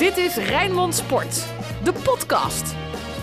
Dit is Rijnmond Sport, de podcast.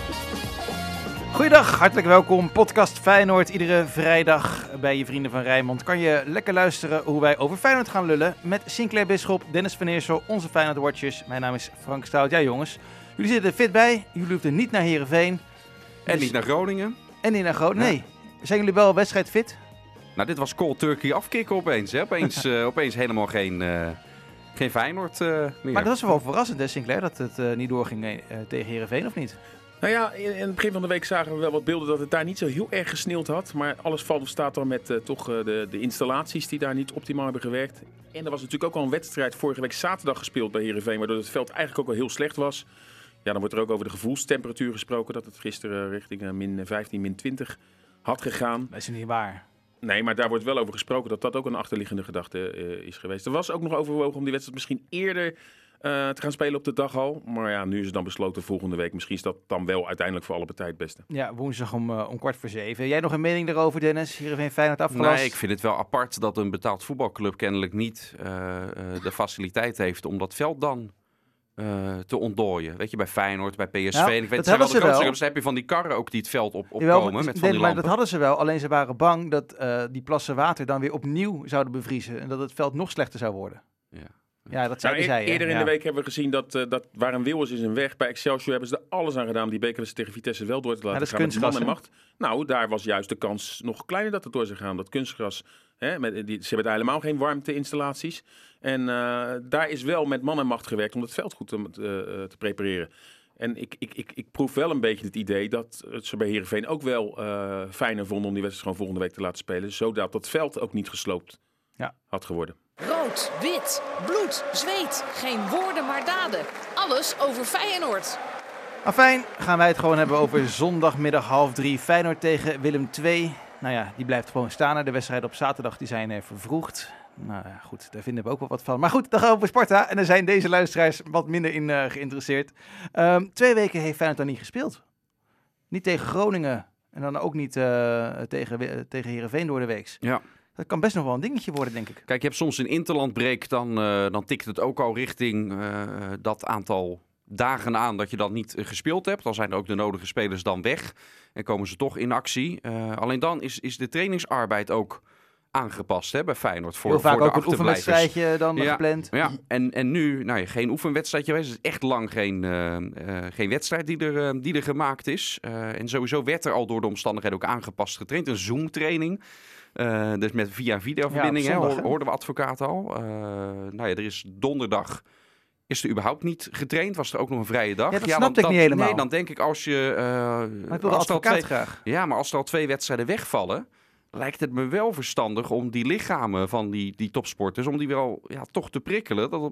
Goeiedag, hartelijk welkom. Podcast Feyenoord. Iedere vrijdag bij je vrienden van Rijnmond kan je lekker luisteren hoe wij over Feyenoord gaan lullen. Met Sinclair Bisschop, Dennis van Eersel, onze Feyenoord Watchers. Mijn naam is Frank Stout. Ja jongens, jullie zitten er fit bij. Jullie hoeven niet naar Heerenveen. En niet naar Groningen. En niet naar Groningen. Nee. Zijn jullie wel wedstrijdfit? Nou, dit was cold turkey afkicken opeens. Hè? Opeens helemaal geen Feyenoord meer. Maar dat was wel verrassend hè Sinclair, dat het niet doorging tegen Heerenveen of niet? Nou ja, in het begin van de week zagen we wel wat beelden dat het daar niet zo heel erg gesneeuwd had. Maar alles valt of staat dan met de installaties die daar niet optimaal hebben gewerkt. En er was natuurlijk ook al een wedstrijd vorige week zaterdag gespeeld bij Heerenveen, waardoor het veld eigenlijk ook wel heel slecht was. Ja, dan wordt er ook over de gevoelstemperatuur gesproken, dat het gisteren richting min 15, min 20 had gegaan. Dat is niet waar. Nee, maar daar wordt wel over gesproken dat dat ook een achterliggende gedachte is geweest. Er was ook nog overwogen om die wedstrijd misschien eerder te gaan spelen op de dag al. Maar ja, nu is het dan besloten volgende week. Misschien is dat dan wel uiteindelijk voor alle partijen het beste. Ja, woensdag om 6:15. Jij nog een mening daarover, Dennis? Heerenveen Feyenoord afgelast? Nee, ik vind het wel apart dat een betaald voetbalclub kennelijk niet de faciliteit heeft om dat veld dan te ontdooien. Weet je, bij Feyenoord, bij PSV. Nou, ik weet, dat hadden ze wel. Dan heb je van die karren ook die het veld opkomen met van die lampen. Maar dat hadden ze wel. Alleen ze waren bang dat die plassen water dan weer opnieuw zouden bevriezen. En dat het veld nog slechter zou worden. Ja, dat zeiden zij. Eerder in de week hebben we gezien dat waar een wil is een weg. Bij Excelsior hebben ze er alles aan gedaan om die bekerwedstrijd tegen Vitesse wel door te laten gaan. Met man en macht. Nou, daar was juist de kans nog kleiner dat het door zou gaan. Dat kunstgras, ze hebben daar helemaal geen warmteinstallaties. En daar is wel met man en macht gewerkt om het veld goed te prepareren. En ik proef wel een beetje het idee dat ze bij Heerenveen ook wel fijner vonden om die wedstrijd gewoon volgende week te laten spelen. Zodat dat veld ook niet gesloopt had geworden. Rood, wit, bloed, zweet. Geen woorden maar daden. Alles over Feyenoord. Afijn, gaan wij het gewoon hebben over zondagmiddag 2:30. Feyenoord tegen Willem II. Nou ja, die blijft gewoon staan. De wedstrijden op zaterdag die zijn vervroegd. Nou ja, goed, daar vinden we ook wel wat van. Maar goed, dan gaan we over Sparta. En daar zijn deze luisteraars wat minder in geïnteresseerd. 2 weken heeft Feyenoord dan niet gespeeld. Niet tegen Groningen. En dan ook niet tegen Heerenveen door de weeks. Ja. Dat kan best nog wel een dingetje worden, denk ik. Kijk, je hebt soms een interlandbreak, dan tikt het ook al richting dat aantal dagen aan dat je dan niet gespeeld hebt. Dan zijn er ook de nodige spelers dan weg en komen ze toch in actie. Alleen dan is de trainingsarbeid ook aangepast bij Feyenoord voor heel vaak voor ook de een oefenwedstrijdje dan gepland. Ja. En nu geen oefenwedstrijdje geweest. Het is echt lang geen wedstrijd die er gemaakt is. En sowieso werd er al door de omstandigheden ook aangepast getraind. Een Zoom-training. Dus via videoverbinding, hoorden we advocaat al. Er is donderdag is er überhaupt niet getraind. Was er ook nog een vrije dag. Ja, dat snapte ik niet helemaal. Nee, dan denk ik als je... maar ik wil de advocaat graag. Ja, maar als er al 2 wedstrijden wegvallen, lijkt het me wel verstandig om die lichamen van die topsporters, om die wel toch te prikkelen. Dat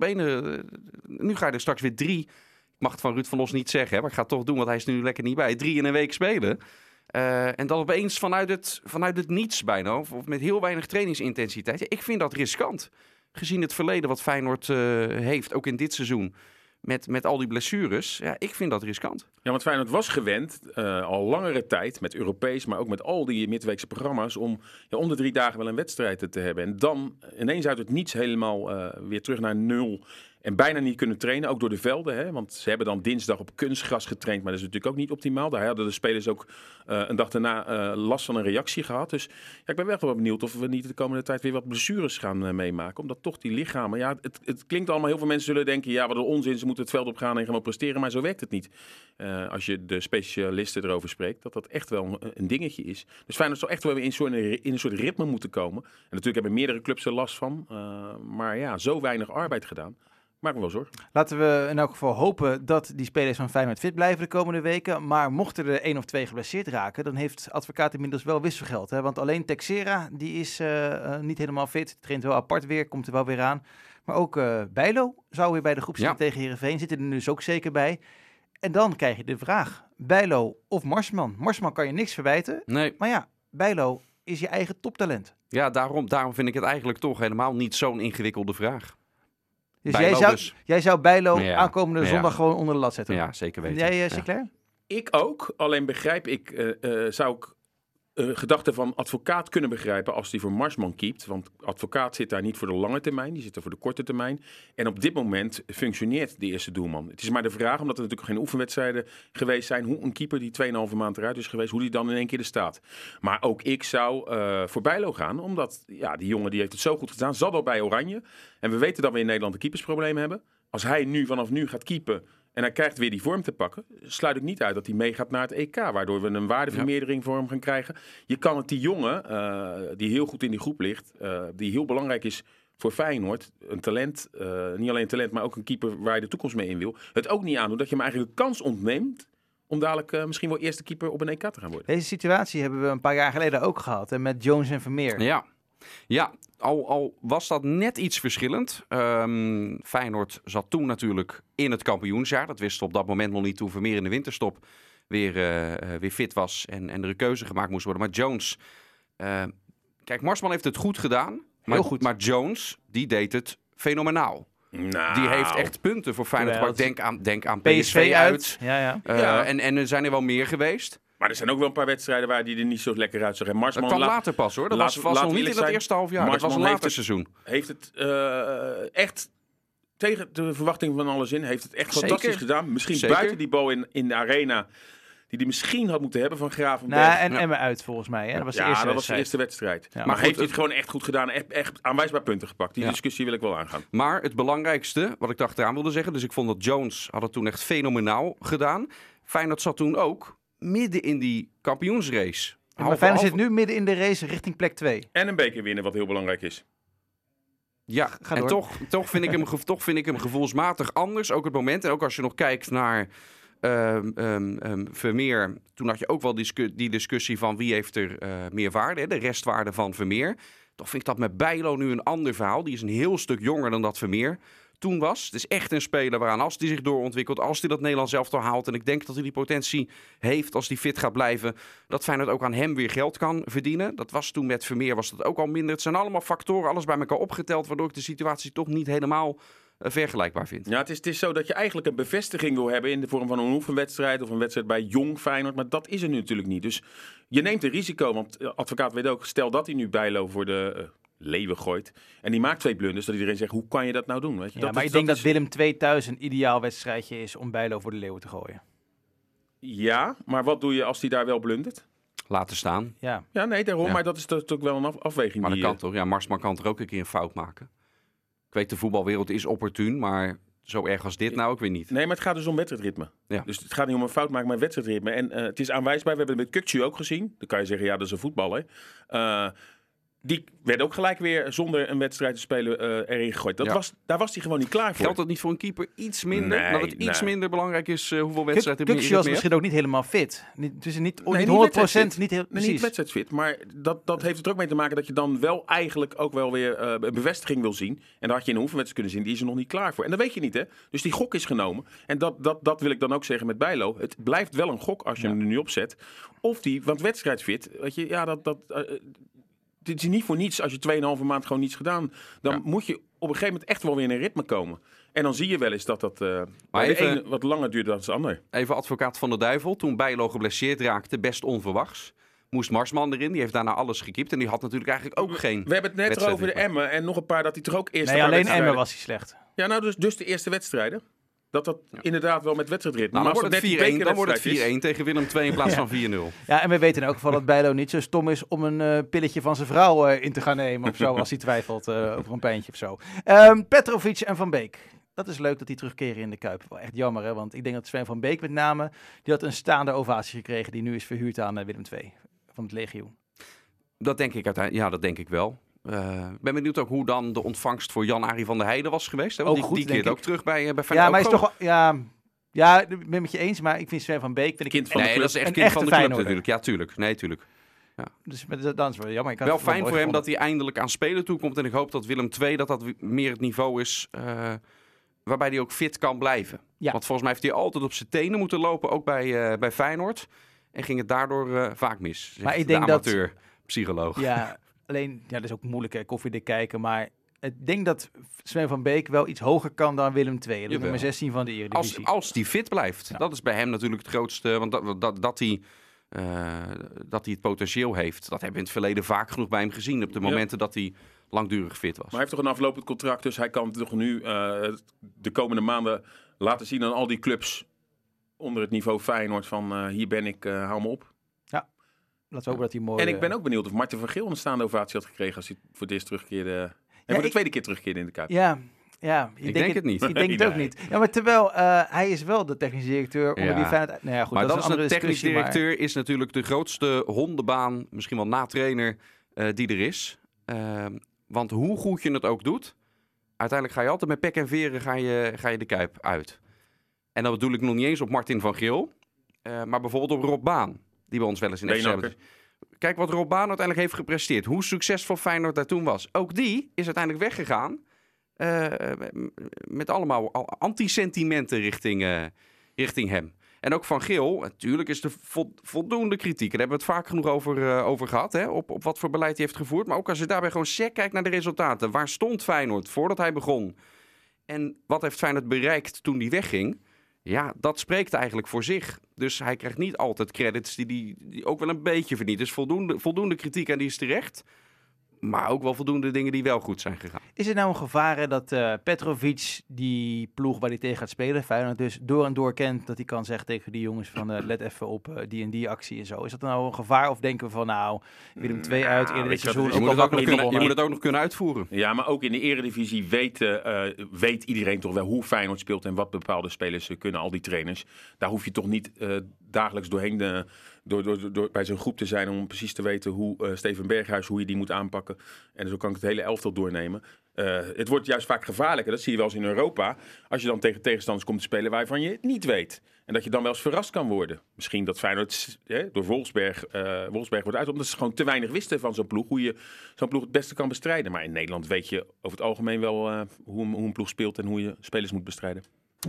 nu ga je er straks weer 3, ik mag het van Ruud van Os niet zeggen, maar ik ga het toch doen, want hij is nu lekker niet bij, 3 in een week spelen. En dan opeens vanuit het niets bijna, of met heel weinig trainingsintensiteit. Ik vind dat riskant. Gezien het verleden wat Feyenoord heeft, ook in dit seizoen, met al die blessures. Ja, ik vind dat riskant. Ja, want Feyenoord was gewend, al langere tijd, met Europees, maar ook met al die midweekse programma's, om de 3 dagen wel een wedstrijd te hebben. En dan ineens uit het niets helemaal weer terug naar 0. En bijna niet kunnen trainen, ook door de velden. Hè? Want ze hebben dan dinsdag op kunstgras getraind. Maar dat is natuurlijk ook niet optimaal. Daar hadden de spelers ook een dag daarna last van een reactie gehad. Dus ik ben wel benieuwd of we niet de komende tijd weer wat blessures gaan meemaken. Omdat toch die lichamen... Ja, het klinkt allemaal, heel veel mensen zullen denken, ja, wat een onzin. Ze moeten het veld op gaan en gewoon presteren. Maar zo werkt het niet. Als je de specialisten erover spreekt, dat echt wel een dingetje is. Dus Feyenoord zal echt wel weer in een soort ritme moeten komen. En natuurlijk hebben meerdere clubs er last van. Maar ja, zo weinig arbeid gedaan. Maak me wel zorgen. Laten we in elk geval hopen dat die spelers van Feyenoord fit blijven de komende weken. Maar mochten er 1 of 2 geblesseerd raken, dan heeft advocaat inmiddels wel wisselgeld. Hè? Want alleen Texera, die is niet helemaal fit. Traint wel apart weer, komt er wel weer aan. Maar ook Bijlo zou weer bij de groep zitten tegen Heerenveen. Zit er dus ook zeker bij. En dan krijg je de vraag, Bijlo of Marsman? Marsman kan je niks verwijten. Nee. Maar ja, Bijlo is je eigen toptalent. Ja, daarom vind ik het eigenlijk toch helemaal niet zo'n ingewikkelde vraag. Dus jij zou Bijlo aankomende zondag gewoon onder de lat zetten? Ja, zeker weten. En jij, Sinclair? Ik ook, alleen begrijp ik, zou ik gedachte van Advocaat kunnen begrijpen als die voor Marsman keept. Want Advocaat zit daar niet voor de lange termijn, die zit er voor de korte termijn. En op dit moment functioneert de eerste doelman. Het is maar de vraag, omdat er natuurlijk geen oefenwedstrijden geweest zijn, hoe een keeper die 2,5 maand eruit is geweest, hoe die dan in één keer er staat. Maar ook ik zou voor Bijlo gaan, omdat die jongen die heeft het zo goed gedaan, zat al bij Oranje. En we weten dat we in Nederland een keepersprobleem hebben. Als hij vanaf nu gaat keepen en hij krijgt weer die vorm te pakken, sluit ik niet uit dat hij meegaat naar het EK, waardoor we een waardevermeerdering voor hem gaan krijgen. Je kan het die jongen, die heel goed in die groep ligt, die heel belangrijk is voor Feyenoord, een talent, niet alleen een talent, maar ook een keeper waar je de toekomst mee in wil, het ook niet aandoen dat je hem eigenlijk de kans ontneemt om dadelijk misschien wel eerste keeper op een EK te gaan worden. Deze situatie hebben we een paar jaar geleden ook gehad, hè, met Jones en Vermeer. Ja, al was dat net iets verschillend. Feyenoord zat toen natuurlijk in het kampioensjaar. Dat wisten we op dat moment nog niet, toen Vermeer in de winterstop weer fit was en er een keuze gemaakt moest worden. Maar Jones, kijk, Marsman heeft het goed gedaan. Heel goed. Maar Jones, die deed het fenomenaal. Nou. Die heeft echt punten voor Feyenoord Ja, gepakt. Denk aan PSV uit. Ja. En er zijn er wel meer geweest. Maar er zijn ook wel een paar wedstrijden waar die er niet zo lekker uitzag. En Dat Marsman kwam later pas hoor. Dat was nog niet in het eerste half jaar. Dat was een later seizoen. Heeft het echt tegen de verwachting van alles in. Heeft het echt fantastisch gedaan. Misschien buiten die bal in de arena die misschien had moeten hebben van Gravenberg. En Emmen uit volgens mij. Hè? Dat was de eerste wedstrijd. Was de eerste wedstrijd. Ja. Maar goed, heeft hij het gewoon echt goed gedaan. Echt aanwijsbaar punten gepakt. Die discussie wil ik wel aangaan. Maar het belangrijkste, wat ik achteraan wilde zeggen, dus ik vond dat Jones had het toen echt fenomenaal gedaan. Feyenoord zat toen ook midden in die kampioensrace. Maar Feyenoord zit nu midden in de race richting plek 2. En een beker winnen, wat heel belangrijk is. Ja, en toch vind ik hem gevoelsmatig anders. Ook het moment, en ook als je nog kijkt naar Vermeer, toen had je ook wel die discussie van wie heeft er meer waarde, hè? De restwaarde van Vermeer. Toch vind ik dat met Bijlo nu een ander verhaal. Die is een heel stuk jonger dan dat Vermeer toen was. Het is echt een speler waaraan als die zich doorontwikkelt, als hij dat Nederlands elftal haalt, en ik denk dat hij die potentie heeft als hij fit gaat blijven, dat Feyenoord ook aan hem weer geld kan verdienen. Dat was toen met Vermeer was dat ook al minder. Het zijn allemaal factoren, alles bij elkaar opgeteld, waardoor ik de situatie toch niet helemaal vergelijkbaar vind. Ja, het is zo dat je eigenlijk een bevestiging wil hebben in de vorm van een oefenwedstrijd of een wedstrijd bij jong Feyenoord, maar dat is er nu natuurlijk niet. Dus je neemt een risico, want Advocaat weet ook, stel dat hij nu Bijlo voor de leeuwen gooit en die maakt 2 blunders, dat iedereen zegt, hoe kan je dat nou doen? Weet je? Ja, maar ik denk dat Willem II thuis een ideaal wedstrijdje is om Bijlo voor de leeuwen te gooien. Ja, maar wat doe je als hij daar wel blundert? Laten staan. Ja, nee, daarom, maar dat is natuurlijk wel een afweging. Maar dat kan toch? Ja, Marsman kan er ook een keer een fout maken. Ik weet, de voetbalwereld is opportun, maar zo erg als dit nou ook weer niet. Nee, maar het gaat dus om wedstrijdritme. Ja. Dus het gaat niet om een fout maken, maar wedstrijdritme. En het is aanwijsbaar. We hebben het met Kukçu ook gezien. Dan kan je zeggen, ja, dat is een voetballer. Die werd ook gelijk weer zonder een wedstrijd te spelen erin gegooid. Daar was hij gewoon niet klaar voor. Geldt dat niet voor een keeper iets minder? Nee, dat het iets minder belangrijk is hoeveel wedstrijden Kukçu was misschien ook niet helemaal fit. Dus niet 100%, niet heel precies. Niet wedstrijdfit, maar dat heeft er ook mee te maken dat je dan wel eigenlijk ook wel weer een bevestiging wil zien. En dan had je in een oefenwedstrijd kunnen zien, die is er nog niet klaar voor. En dat weet je niet, hè? Dus die gok is genomen. En dat wil ik dan ook zeggen met Bijlo. Het blijft wel een gok als je hem er nu opzet. Of die, want wedstrijdfit, weet je, ja, dit is niet voor niets. Als je 2,5 maand gewoon niets gedaan, dan moet je op een gegeven moment echt wel weer in een ritme komen. En dan zie je wel eens dat bij de ene wat langer duurt dan de ander. Even Advocaat van de Duivel. Toen Bijlo geblesseerd raakte, best onverwachts, moest Marsman erin. Die heeft daarna alles gekiept. En die had natuurlijk eigenlijk ook geen. We hebben het net over de Emmen en nog een paar dat hij toch ook eerst. Nee, alleen Emmen was hij slecht. Ja, nou dus de eerste wedstrijden. Dat inderdaad wel met wedstrijdritme. Nou, dan wordt het 4-1 tegen Willem II in plaats van 4-0. Ja, en we weten in elk geval dat Bijlo niet zo stom is om een pilletje van zijn vrouw in te gaan nemen of zo, als hij twijfelt over een pijntje of zo. Petrovic en Van Beek. Dat is leuk dat die terugkeren in de Kuip. Wel echt jammer, hè? Want ik denk dat Sven van Beek met name, die had een staande ovatie gekregen die nu is verhuurd aan Willem II van het legioen. Dat denk ik uiteindelijk. Ja, dat denk ik wel. Ik ben benieuwd ook hoe dan de ontvangst voor Jan-Arie van der Heijden was geweest. Hè? Want die keert ook terug bij Feyenoord. Ja, maar is toch ja, ik ben het met je eens, maar ik vind Sven van Beek kind van de club. Dat is echt kind van de club natuurlijk. Ja, tuurlijk. Nee, tuurlijk. Ja. Dus dat is wel jammer. Wel fijn voor hem dat hij eindelijk aan spelen toekomt. En ik hoop dat Willem II dat meer het niveau is waarbij hij ook fit kan blijven. Ja. Want volgens mij heeft hij altijd op zijn tenen moeten lopen, ook bij Feyenoord. En ging het daardoor vaak mis. Maar ik denk de amateur-psycholoog. Ja, alleen, dat is ook moeilijk, koffiedik kijken, maar ik denk dat Sven van Beek wel iets hoger kan dan Willem II. De nummer 16 van de Eredivisie. Als die fit blijft. Ja. Dat is bij hem natuurlijk het grootste. Want dat hij dat hij het potentieel heeft. Dat hebben we in het verleden vaak genoeg bij hem gezien. Op de momenten dat hij langdurig fit was. Maar hij heeft toch een aflopend contract, dus hij kan toch nu de komende maanden laten zien aan al die clubs onder het niveau Feyenoord van hier ben ik, hou me op. Laten we hopen dat hij mooi... En ik ben ook benieuwd of Martin van Geel een staande ovatie had gekregen als hij voor het eerst terugkeerde. En voor de tweede keer terugkeerde in de Kuip. Ja, ik denk het niet. Ik denk het ook niet. Ja, maar terwijl hij is wel de technisch directeur onder wie Feyenoord... Nou ja, goed, maar dat is een andere technisch discussie, directeur is natuurlijk de grootste hondenbaan, misschien wel na-trainer, die er is. Want hoe goed je het ook doet, uiteindelijk ga je altijd met pek en veren ga je de Kuip uit. En dan bedoel ik nog niet eens op Martin van Geel, maar bijvoorbeeld op Rob Baan, die bij ons wel eens in de hebben. Kijk wat Rob Baan uiteindelijk heeft gepresteerd. Hoe succesvol Feyenoord daar toen was. Ook die is uiteindelijk weggegaan met allemaal antisentimenten richting hem. En ook Van Geel, natuurlijk is er voldoende kritiek. Daar hebben we het vaak genoeg over gehad. Hè? Op wat voor beleid hij heeft gevoerd. Maar ook als je daarbij gewoon sec kijkt naar de resultaten. Waar stond Feyenoord voordat hij begon? En wat heeft Feyenoord bereikt toen hij wegging? Ja, dat spreekt eigenlijk voor zich. Dus hij krijgt niet altijd credits die ook wel een beetje verdient. Dus voldoende kritiek en die is terecht. Maar ook wel voldoende dingen die wel goed zijn gegaan. Is het nou een gevaar hè, dat Petrovic, die ploeg waar hij tegen gaat spelen, Feyenoord dus door en door kent, dat hij kan zeggen tegen die jongens van let even op die en die actie en zo. Is dat nou een gevaar of denken we van nou, Willem II uit eerder dit seizoen? Je moet het ook nog kunnen uitvoeren. Ja, maar ook in de eredivisie weet iedereen toch wel hoe Feyenoord speelt en wat bepaalde spelers kunnen, al die trainers. Daar hoef je toch niet dagelijks doorheen door bij zo'n groep te zijn om precies te weten hoe Steven Berghuis, hoe je die moet aanpakken. En zo kan ik het hele elftal doornemen. Het wordt juist vaak gevaarlijker, dat zie je wel eens in Europa, als je dan tegen tegenstanders komt te spelen waarvan je het niet weet. En dat je dan wel eens verrast kan worden. Misschien dat Feyenoord door Wolfsberg wordt uit, omdat ze gewoon te weinig wisten van zo'n ploeg, hoe je zo'n ploeg het beste kan bestrijden. Maar in Nederland weet je over het algemeen wel hoe een ploeg speelt en hoe je spelers moet bestrijden.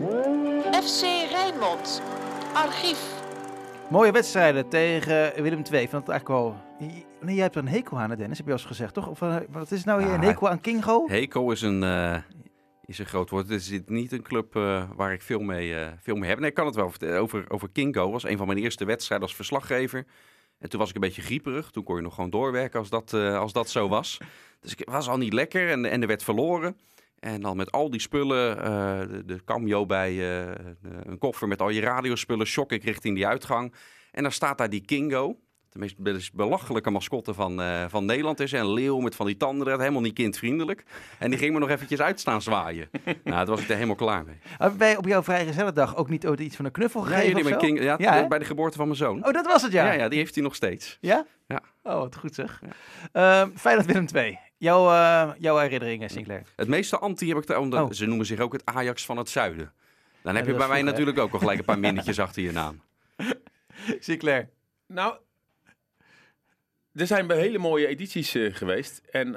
FC Rijnmond. Archief. Mooie wedstrijden tegen Willem II. Ik vond het eigenlijk wel... Nee, jij hebt er een hekel aan, Dennis, heb je al eens gezegd, toch? Of wat is nou hier een hekel aan Kingo? Hekel is een groot woord. Het is niet een club waar ik veel mee heb. Nee, ik kan het wel vertellen. Over Kingo was een van mijn eerste wedstrijden als verslaggever. En toen was ik een beetje grieperig. Toen kon je nog gewoon doorwerken als dat zo was. Dus ik was al niet lekker en er werd verloren. En dan met al die spullen, de cameo bij, een koffer met al je radiospullen, shock ik richting die uitgang. En dan staat daar die Kingo, de meest belachelijke mascotte van Nederland is. Een leeuw met van die tanden, helemaal niet kindvriendelijk. En die ging me nog eventjes uitstaan zwaaien. Nou, daar was ik er helemaal klaar mee. Hebben wij op jouw vrijgezellendag ook niet iets van een knuffel gegeven? Bij de geboorte van mijn zoon. Oh, dat was het, ja? Ja, die heeft hij nog steeds. Ja? Ja. Oh, wat goed zeg. Ja. Feyenoord Willem II. Jouw herinneringen, Sinclair? Het meeste anti heb ik daar, omdat ze noemen zich ook het Ajax van het zuiden. Dan heb je bij mij natuurlijk ook al gelijk een paar minnetjes achter je naam. Sinclair? Nou, er zijn hele mooie edities geweest. En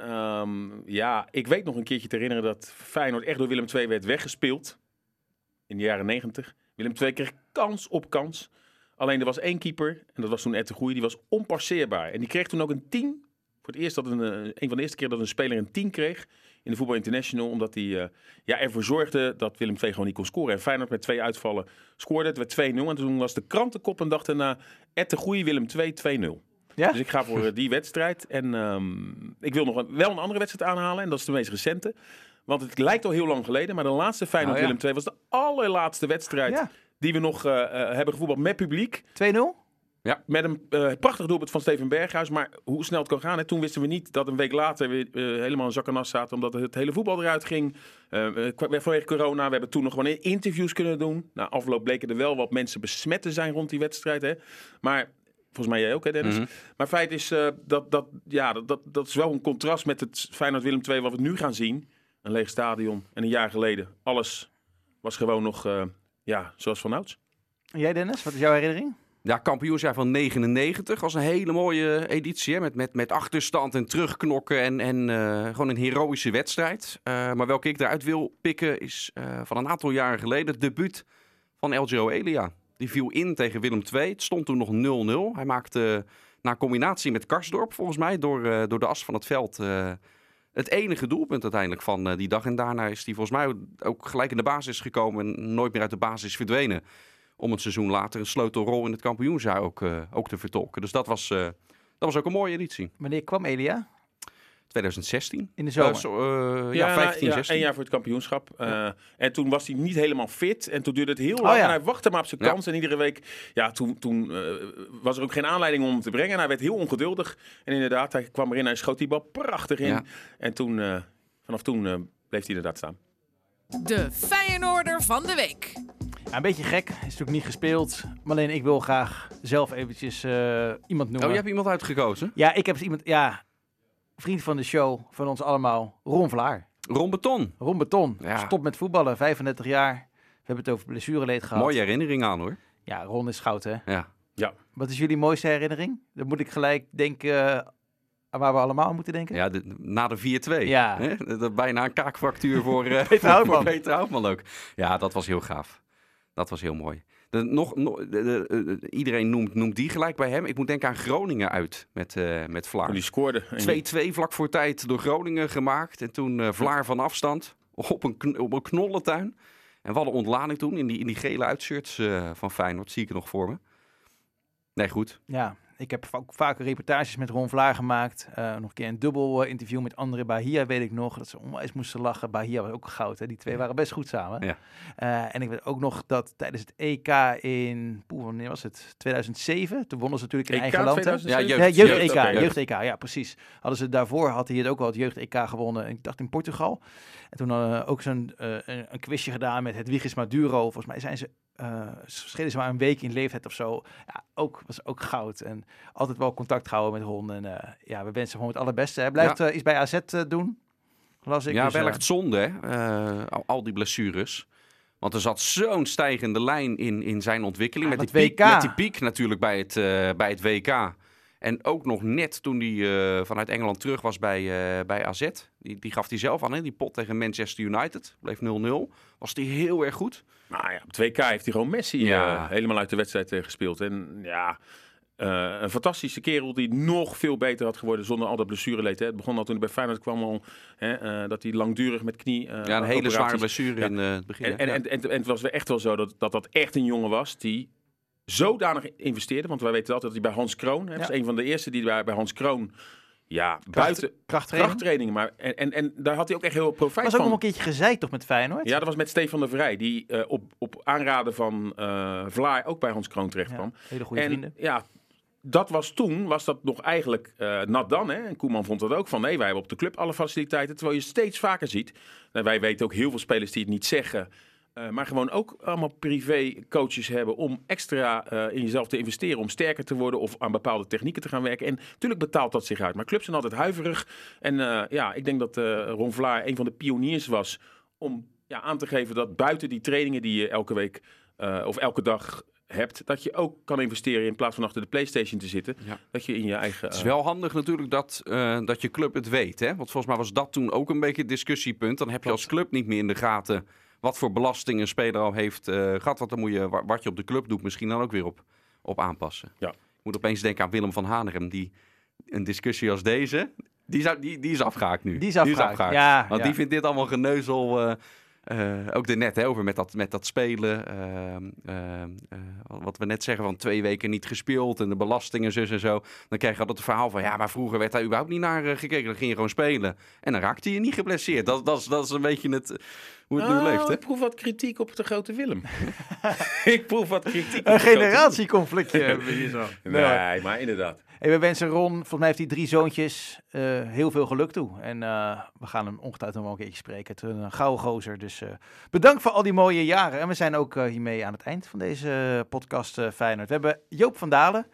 ik weet nog een keertje te herinneren dat Feyenoord echt door Willem II werd weggespeeld. In de jaren 90. Willem II kreeg kans op kans. Alleen er was één keeper, en dat was toen Ed de Goeie, die was onpasseerbaar. En die kreeg toen ook een 10. Voor het eerst een van de eerste keer dat een speler een 10 kreeg in de Voetbal International. Omdat hij ervoor zorgde dat Willem II gewoon niet kon scoren. En Feyenoord met 2 uitvallen scoorde. Het werd 2-0. En toen was de krantenkop en dacht na Ed de Goeie, Willem II 2-0. Ja? Dus ik ga voor die wedstrijd. En ik wil nog wel een andere wedstrijd aanhalen. En dat is de meest recente. Want het lijkt al heel lang geleden. Maar de laatste Feyenoord Willem II was de allerlaatste wedstrijd die we nog hebben gevoetbald met publiek. 2-0? Ja, met een prachtig doelpunt van Steven Berghuis. Maar hoe snel het kan gaan. Hè? Toen wisten we niet dat een week later we helemaal in zak en as zaten. Omdat het hele voetbal eruit ging. Vanwege corona. We hebben toen nog gewoon interviews kunnen doen. Na afloop bleken er wel wat mensen besmet te zijn rond die wedstrijd. Hè? Maar volgens mij jij ook, hè Dennis? Mm-hmm. Maar feit is dat is wel een contrast met het Feyenoord Willem II wat we nu gaan zien. Een leeg stadion. En een jaar geleden. Alles was gewoon nog zoals vanouds. En jij Dennis, wat is jouw herinnering? Ja, kampioensjaar van 99 was een hele mooie editie. Hè? Met achterstand en terugknokken en gewoon een heroïsche wedstrijd. Maar welke ik eruit wil pikken is van een aantal jaren geleden het debuut van Elgiro Elia. Die viel in tegen Willem II. Het stond toen nog 0-0. Hij maakte na combinatie met Karsdorp volgens mij door de as van het veld het enige doelpunt uiteindelijk van die dag. En daarna is hij volgens mij ook gelijk in de basis gekomen en nooit meer uit de basis verdwenen. om het seizoen later een sleutelrol in het kampioensjaar ook te vertolken. Dus dat was ook een mooie editie. Wanneer kwam Elia? 2016. In de zomer? 15, 16. 1 jaar voor het kampioenschap. En toen was hij niet helemaal fit. En toen duurde het heel lang. ja. En hij wachtte maar op zijn kans. En iedere week, toen was er ook geen aanleiding om hem te brengen. En hij werd heel ongeduldig. En inderdaad, hij kwam erin. Hij schoot die bal prachtig in. Ja. En vanaf toen bleef hij inderdaad staan. De Feyenoorder van de week. Ja, een beetje gek. Is natuurlijk niet gespeeld. Maar alleen ik wil graag zelf eventjes iemand noemen. Je hebt iemand uitgekozen? Ja, ik heb iemand... Ja, vriend van de show, van ons allemaal. Ron Vlaar. Ron Beton. Ron Beton. Ja. Stop met voetballen, 35 jaar. We hebben het over blessureleed gehad. Mooie herinnering aan, hoor. Ja, Ron is goud, hè? Ja. Wat is jullie mooiste herinnering? Dan moet ik gelijk denken waar we allemaal aan moeten denken. Ja, na de 4-2. Ja. Hè? Bijna een kaakfractuur voor Peter Houtman. voor Peter Houtman ook. Ja, dat was heel gaaf. Dat was heel mooi. Iedereen noemt die gelijk bij hem. Ik moet denken aan Groningen uit met Vlaar. Toen die scoorde. 2-2 vlak voor tijd door Groningen gemaakt. En toen Vlaar van afstand op een knollentuin. En we hadden ontlading toen in die gele uitshirts van Feyenoord. Zie ik er nog voor me. Nee, goed. Ja, ik heb ook vaker reportages met Ron Vlaar gemaakt. Nog een keer een dubbel interview met André Bahia, weet ik nog. Dat ze onwijs moesten lachen. Bahia was ook goud, hè? Die twee waren best goed samen. Ja. En ik weet ook nog dat tijdens het EK in... wanneer was het? 2007? Toen wonnen ze natuurlijk in eigen land. Hè? 2007? Ja, Jeugd-EK, oké. jeugd-EK, ja precies. Daarvoor had hij het ook al het jeugd-EK gewonnen, ik dacht in Portugal. En toen ook zo'n een quizje gedaan met Hedwiges Maduro. Volgens mij zijn ze, schelen ze maar een week in leeftijd of zo. Ja, was ook goud. En altijd wel contact gehouden met Ron. En we wensen gewoon het allerbeste. Hij blijft iets bij AZ doen, las ik. Ja, dus, wel echt zonde, hè? Al die blessures. Want er zat zo'n stijgende lijn in zijn ontwikkeling. Ja, met met die WK. piek natuurlijk bij het WK. En ook nog net toen hij vanuit Engeland terug was bij AZ. Die gaf hij zelf aan, hè? Die pot tegen Manchester United. Bleef 0-0. Was hij heel erg goed. Nou ja, op 2K heeft hij gewoon Messi helemaal uit de wedstrijd gespeeld. En ja, een fantastische kerel die nog veel beter had geworden zonder al dat blessureleed. Hè. Het begon al toen hij bij Feyenoord kwam al, dat hij langdurig met knie een hele zware blessure in het begin. En het was echt wel zo dat echt een jongen was die zodanig investeerde. Want wij weten altijd dat hij bij Hans Kroon, hè, was een van de eerste die bij Hans Kroon... Ja, buiten krachttraining. Maar, en daar had hij ook echt heel veel profijt van. Was ook nog een keertje gezeid toch met Feyenoord? Ja, dat was met Stefan de Vrij. Die op aanraden van Vlaar ook bij Hans Kroon terecht kwam. Hele goede vrienden. Ja, toen was dat nog eigenlijk nat dan. Hè? En Koeman vond dat ook van, nee, wij hebben op de club alle faciliteiten. Terwijl je steeds vaker ziet. Nou, wij weten ook heel veel spelers die het niet zeggen. Maar gewoon ook allemaal privé-coaches hebben om extra in jezelf te investeren, om sterker te worden of aan bepaalde technieken te gaan werken. En natuurlijk betaalt dat zich uit. Maar clubs zijn altijd huiverig. En ik denk dat Ron Vlaar een van de pioniers was om aan te geven dat buiten die trainingen die je elke week of elke dag hebt, dat je ook kan investeren in plaats van achter de PlayStation te zitten. Ja. Dat je in je eigen... Het is wel handig natuurlijk dat je club het weet. Hè? Want volgens mij was dat toen ook een beetje het discussiepunt. Dan heb je als club niet meer in de gaten wat voor belasting een speler al heeft gehad. Want dan moet je wat je op de club doet misschien dan ook weer op aanpassen. Ja. Ik moet opeens denken aan Willem van Hanegem. Die een discussie als deze, die is afgehaakt nu. Die is afgehaakt. Ja, want die vindt dit allemaal geneuzel. Ook daarnet over met dat spelen. Wat we net zeggen van 2 weken niet gespeeld en de belastingen zus en zo. Dan krijg je altijd het verhaal van maar vroeger werd daar überhaupt niet naar gekeken. Dan ging je gewoon spelen. En dan raakte je niet geblesseerd. Dat is een beetje hoe het nu leeft. Hè? Ik proef wat kritiek op de grote Willem. Ik proef wat kritiek. Een generatieconflictje hebben we hier zo. Nee, maar inderdaad. Hey, we wensen Ron, volgens mij heeft hij 3 zoontjes, heel veel geluk toe. En we gaan hem ongetwijfeld nog wel een keertje spreken. Het is een gouden gozer. Dus bedankt voor al die mooie jaren. En we zijn ook hiermee aan het eind van deze podcast Feyenoord. We hebben Joop van Dalen.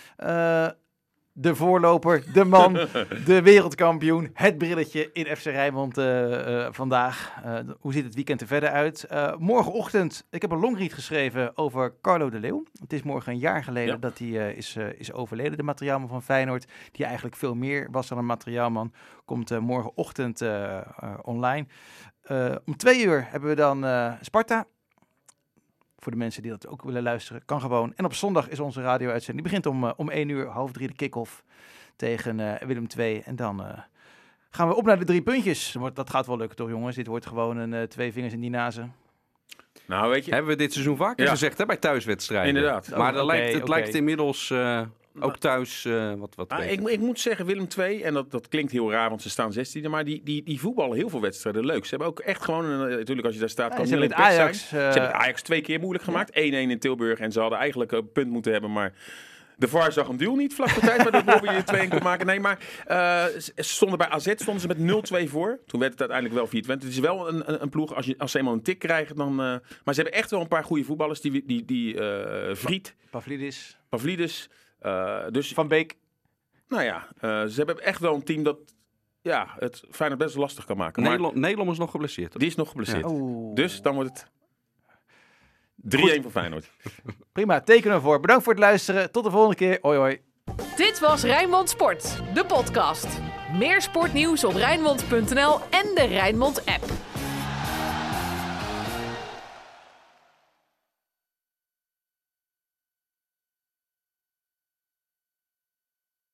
De voorloper, de man, de wereldkampioen, het brilletje in FC Rijnmond vandaag. Hoe ziet het weekend er verder uit? Morgenochtend, ik heb een longread geschreven over Carlo de Leeuw. Het is morgen een jaar geleden dat hij is overleden, de materiaalman van Feyenoord. Die eigenlijk veel meer was dan een materiaalman. Komt morgenochtend online. Om 2 uur hebben we dan Sparta. Voor de mensen die dat ook willen luisteren, kan gewoon. En op zondag is onze radio-uitzending. Die begint om 1 uur, 2:30 de kick-off tegen Willem II. En dan gaan we op naar de 3 puntjes. Dat gaat wel lukken toch, jongens? Dit wordt gewoon een 2 vingers in die nazen. Nou, weet je... Hebben we dit seizoen vaker gezegd, hè, bij thuiswedstrijden. Inderdaad. Maar lijkt inmiddels ook thuis wat beter. Ik moet zeggen, Willem II, en dat klinkt heel raar, want ze staan 16e, maar die voetballen heel veel wedstrijden leuk. Ze hebben ook echt gewoon, natuurlijk als je daar staat, kan ze niet hebben alleen Ajax, zijn. Ze hebben Ajax 2 keer moeilijk gemaakt. 1-1 in Tilburg en ze hadden eigenlijk een punt moeten hebben, maar... De VAR zag een duel niet vlak voor tijd, waardoor Bobby je 2-1 kon maken. Nee, maar ze stonden bij AZ met 0-2 voor. Toen werd het uiteindelijk wel 4-2. Het is wel een ploeg, als ze eenmaal een tik krijgen, dan... maar ze hebben echt wel een paar goede voetballers. Die Vriet. Pavlidis. Dus, Van Beek. Nou ja, ze hebben echt wel een team dat het Feyenoord best lastig kan maken. Nederland is nog geblesseerd. Die is nog geblesseerd. Ja. Dus dan wordt het 3-1 voor Feyenoord. Prima, tekenen we voor. Bedankt voor het luisteren. Tot de volgende keer. Hoi hoi. Dit was Rijnmond Sport, de podcast. Meer sportnieuws op Rijnmond.nl en de Rijnmond app.